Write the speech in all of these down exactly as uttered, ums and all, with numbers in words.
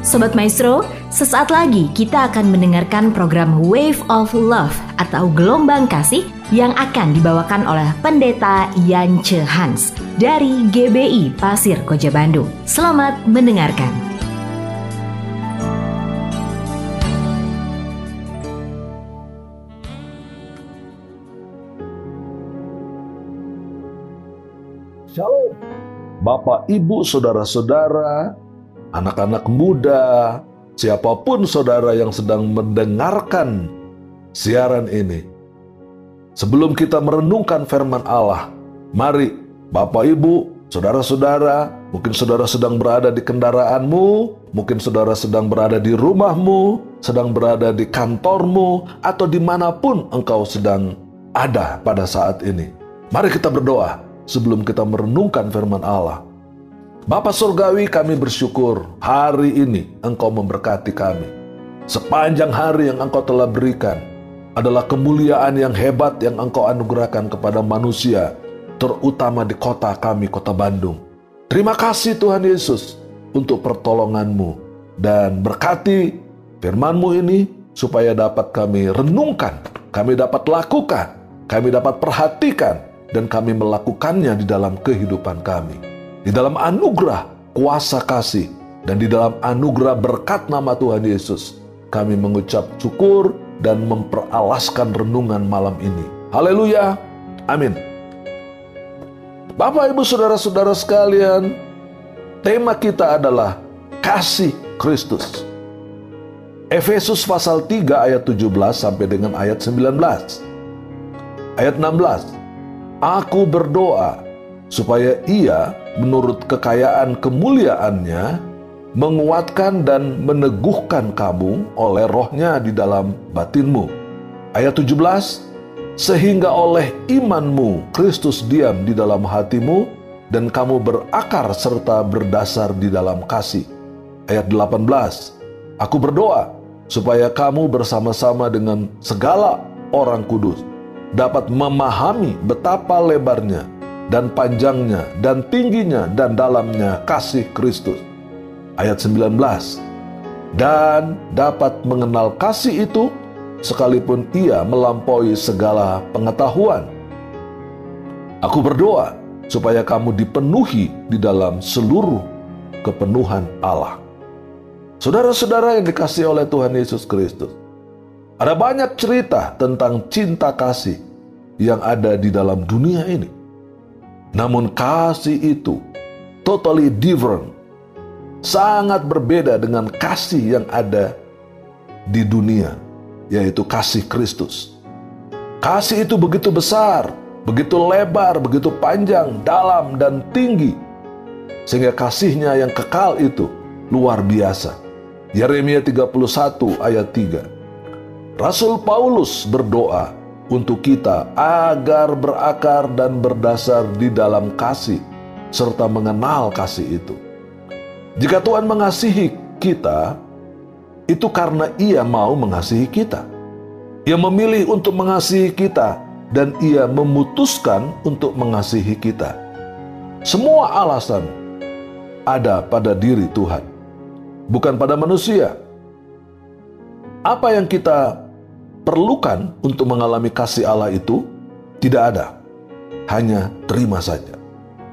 Sobat Maestro, sesaat lagi kita akan mendengarkan program Wave of Love atau Gelombang Kasih yang akan dibawakan oleh Pendeta Yance Hans dari G B I Pasir Koja Bandung. Selamat mendengarkan. Shalom, Bapak, Ibu, Saudara-saudara, anak-anak muda, siapapun saudara yang sedang mendengarkan siaran ini. Sebelum kita merenungkan firman Allah, mari Bapak, Ibu, saudara-saudara, mungkin saudara sedang berada di kendaraanmu, mungkin saudara sedang berada di rumahmu, sedang berada di kantormu, atau dimanapun engkau sedang ada pada saat ini. Mari kita berdoa sebelum kita merenungkan firman Allah. Bapa Surgawi, kami bersyukur hari ini Engkau memberkati kami. Sepanjang hari yang Engkau telah berikan adalah kemuliaan yang hebat yang Engkau anugerahkan kepada manusia, terutama di kota kami, kota Bandung. Terima kasih Tuhan Yesus untuk pertolongan-Mu, dan berkati firman-Mu ini supaya dapat kami renungkan, kami dapat lakukan, kami dapat perhatikan, dan kami melakukannya di dalam kehidupan kami. Di dalam anugerah kuasa kasih dan di dalam anugerah berkat nama Tuhan Yesus, kami mengucap syukur dan memperalaskan renungan malam ini. Haleluya, amin. Bapak, Ibu, Saudara-saudara sekalian, tema kita adalah kasih Kristus. Efesus pasal tiga ayat tujuh belas sampai dengan ayat sembilan belas. Ayat enam belas. Aku berdoa supaya Ia menurut kekayaan kemuliaannya menguatkan dan meneguhkan kamu oleh rohnya di dalam batinmu. Ayat tujuh belas, sehingga oleh imanmu Kristus diam di dalam hatimu dan kamu berakar serta berdasar di dalam kasih. Ayat delapan belas, aku berdoa supaya kamu bersama-sama dengan segala orang kudus dapat memahami betapa lebarnya dan panjangnya dan tingginya dan dalamnya kasih Kristus. Ayat sembilan belas, dan dapat mengenal kasih itu sekalipun ia melampaui segala pengetahuan. Aku berdoa supaya kamu dipenuhi di dalam seluruh kepenuhan Allah. Saudara-saudara yang dikasihi oleh Tuhan Yesus Kristus, ada banyak cerita tentang cinta kasih yang ada di dalam dunia ini. Namun kasih itu totally different, sangat berbeda dengan kasih yang ada di dunia, yaitu kasih Kristus. Kasih itu begitu besar, begitu lebar, begitu panjang, dalam, dan tinggi, sehingga kasihnya yang kekal itu luar biasa. Yeremia tiga puluh satu ayat tiga. Rasul Paulus berdoa untuk kita agar berakar dan berdasar di dalam kasih, serta mengenal kasih itu. Jika Tuhan mengasihi kita, itu karena Ia mau mengasihi kita. Ia memilih untuk mengasihi kita, dan Ia memutuskan untuk mengasihi kita. Semua alasan ada pada diri Tuhan, bukan pada manusia. Apa yang kita perlukan untuk mengalami kasih Allah itu tidak ada, hanya terima saja.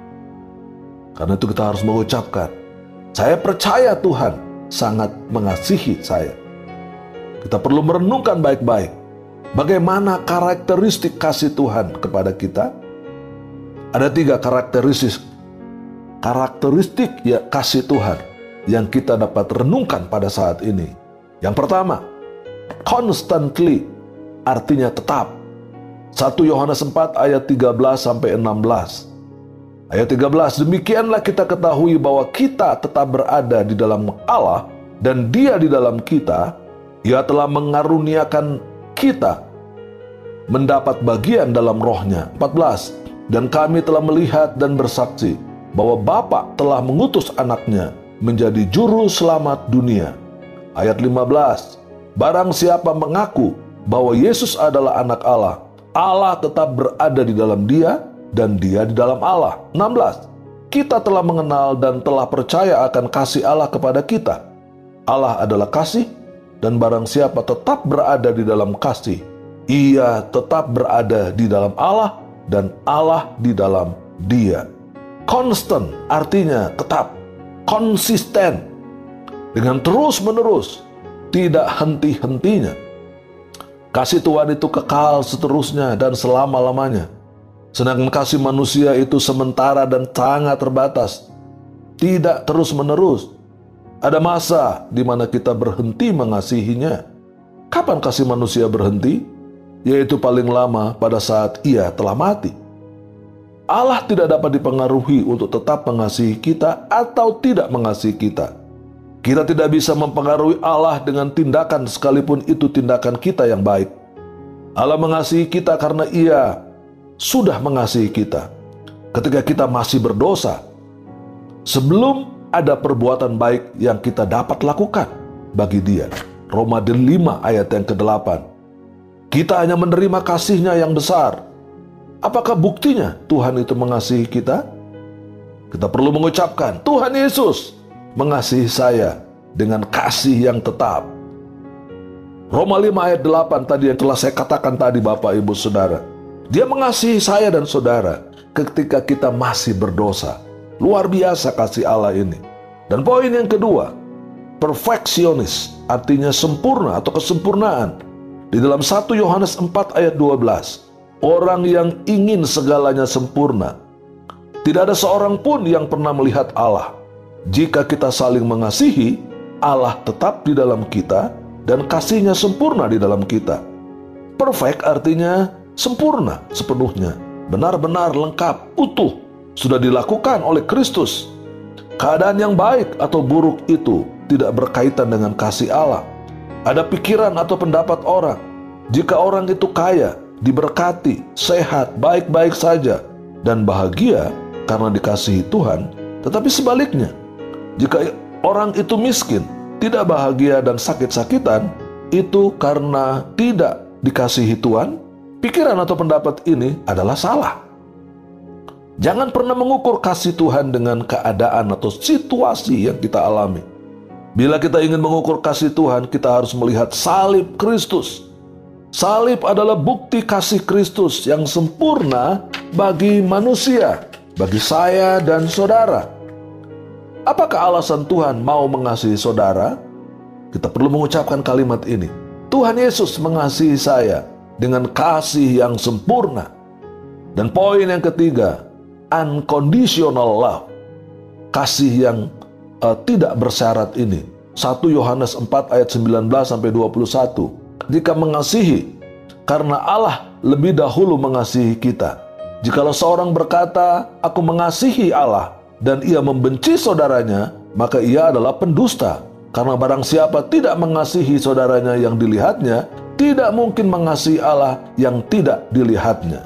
Karena itu kita harus mengucapkan, saya percaya Tuhan sangat mengasihi saya. Kita perlu merenungkan baik-baik bagaimana karakteristik kasih Tuhan kepada kita. Ada tiga karakteristik karakteristik ya kasih Tuhan yang kita dapat renungkan pada saat ini. Yang pertama, constantly, artinya tetap. satu Yohanes empat ayat tiga belas sampai enam belas. Ayat tiga belas, demikianlah kita ketahui bahwa kita tetap berada di dalam Allah dan Dia di dalam kita. Ia telah mengaruniakan kita mendapat bagian dalam rohnya. empat belas, dan kami telah melihat dan bersaksi bahwa Bapa telah mengutus anaknya menjadi juru selamat dunia. Ayat lima belas, barang siapa mengaku bahwa Yesus adalah anak Allah, Allah tetap berada di dalam dia dan dia di dalam Allah. enam belas, kita telah mengenal dan telah percaya akan kasih Allah kepada kita. Allah adalah kasih, dan barang siapa tetap berada di dalam kasih, ia tetap berada di dalam Allah dan Allah di dalam dia. Constant artinya tetap, konsisten, dengan terus-menerus, tidak henti-hentinya. Kasih Tuhan itu kekal seterusnya dan selama-lamanya. Sedangkan kasih manusia itu sementara dan sangat terbatas, tidak terus-menerus. Ada masa di mana kita berhenti mengasihinya. Kapan kasih manusia berhenti? Yaitu paling lama pada saat ia telah mati. Allah tidak dapat dipengaruhi untuk tetap mengasihi kita atau tidak mengasihi kita. Kita tidak bisa mempengaruhi Allah dengan tindakan sekalipun itu tindakan kita yang baik. Allah mengasihi kita karena ia sudah mengasihi kita ketika kita masih berdosa, sebelum ada perbuatan baik yang kita dapat lakukan bagi dia. Roma lima ayat yang kedelapan. Kita hanya menerima kasih-Nya yang besar. Apakah buktinya Tuhan itu mengasihi kita? Kita perlu mengucapkan, Tuhan Yesus mengasihi saya dengan kasih yang tetap. Roma lima ayat delapan tadi yang telah saya katakan tadi, Bapak, Ibu, Saudara. Dia mengasihi saya dan saudara ketika kita masih berdosa. Luar biasa kasih Allah ini. Dan poin yang kedua, perfeksionis, artinya sempurna atau kesempurnaan. Di dalam satu Yohanes empat ayat dua belas, orang yang ingin segalanya sempurna. Tidak ada seorang pun yang pernah melihat Allah. Jika kita saling mengasihi, Allah tetap di dalam kita dan kasih-Nya sempurna di dalam kita. Perfect artinya sempurna sepenuhnya, benar-benar lengkap, utuh, sudah dilakukan oleh Kristus. Keadaan yang baik atau buruk itu tidak berkaitan dengan kasih Allah. Ada pikiran atau pendapat orang. Jika orang itu kaya, diberkati, sehat, baik-baik saja, dan bahagia karena dikasihi Tuhan, tetapi sebaliknya, jika orang itu miskin, tidak bahagia dan sakit-sakitan, itu karena tidak dikasihi Tuhan, pikiran atau pendapat ini adalah salah. Jangan pernah mengukur kasih Tuhan dengan keadaan atau situasi yang kita alami. Bila kita ingin mengukur kasih Tuhan, kita harus melihat salib Kristus. Salib adalah bukti kasih Kristus yang sempurna bagi manusia, bagi saya dan saudara. Apakah alasan Tuhan mau mengasihi saudara? Kita perlu mengucapkan kalimat ini. Tuhan Yesus mengasihi saya dengan kasih yang sempurna. Dan poin yang ketiga, unconditional love. Kasih yang uh, tidak bersyarat ini. satu Yohanes empat ayat sembilan belas sampai dua puluh satu. Jika mengasihi, karena Allah lebih dahulu mengasihi kita. Jikalau seorang berkata, aku mengasihi Allah, dan ia membenci saudaranya, maka ia adalah pendusta. Karena barang siapa tidak mengasihi saudaranya yang dilihatnya, tidak mungkin mengasihi Allah yang tidak dilihatnya.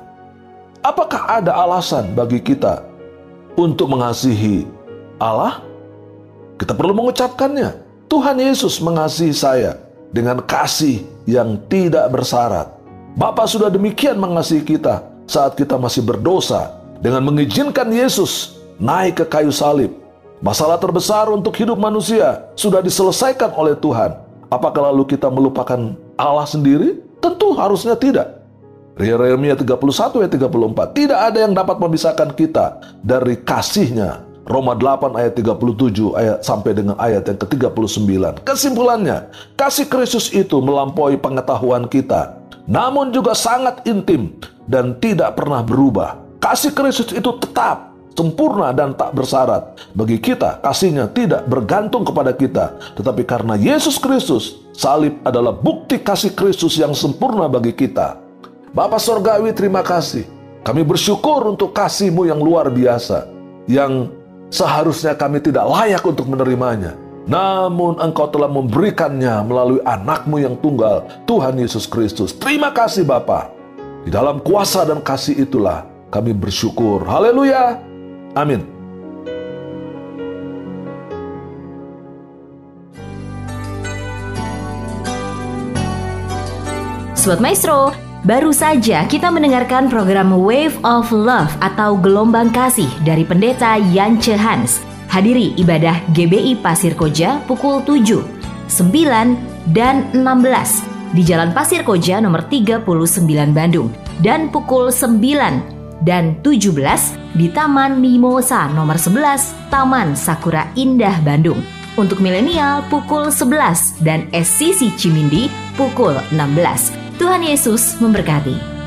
Apakah ada alasan bagi kita untuk mengasihi Allah? Kita perlu mengucapkannya. Tuhan Yesus mengasihi saya dengan kasih yang tidak bersyarat. Bapa sudah demikian mengasihi kita saat kita masih berdosa dengan mengizinkan Yesus naik ke kayu salib. Masalah terbesar untuk hidup manusia sudah diselesaikan oleh Tuhan. Apakah lalu kita melupakan Allah sendiri? Tentu harusnya tidak. Yeremia tiga puluh satu ayat tiga puluh empat. Tidak ada yang dapat memisahkan kita dari kasih-Nya. Roma delapan ayat tiga puluh tujuh ayat sampai dengan ayat yang ke tiga puluh sembilan. Kesimpulannya, kasih Kristus itu melampaui pengetahuan kita, namun juga sangat intim dan tidak pernah berubah. Kasih Kristus itu tetap sempurna dan tak bersyarat. Bagi kita, kasih-Nya tidak bergantung kepada kita, tetapi karena Yesus Kristus, salib adalah bukti kasih Kristus yang sempurna bagi kita. Bapa Sorgawi, terima kasih. Kami bersyukur untuk kasih-Mu yang luar biasa, yang seharusnya kami tidak layak untuk menerimanya. Namun Engkau telah memberikannya melalui anak-Mu yang tunggal, Tuhan Yesus Kristus. Terima kasih Bapa. Di dalam kuasa dan kasih itulah kami bersyukur. Haleluya. Amin. Sobat Maestro, baru saja kita mendengarkan program Wave of Love atau Gelombang Kasih dari Pendeta Yance Hans. Hadiri ibadah G B I Pasir Koja pukul tujuh. sembilan, dan enam belas di Jalan Pasir Koja nomor tiga puluh sembilan Bandung, dan pukul sembilan dan tujuh belas di Taman Mimosa nomor sebelas Taman Sakura Indah Bandung. Untuk milenial pukul sebelas dan S C C Cimindi pukul enam belas. Tuhan Yesus memberkati.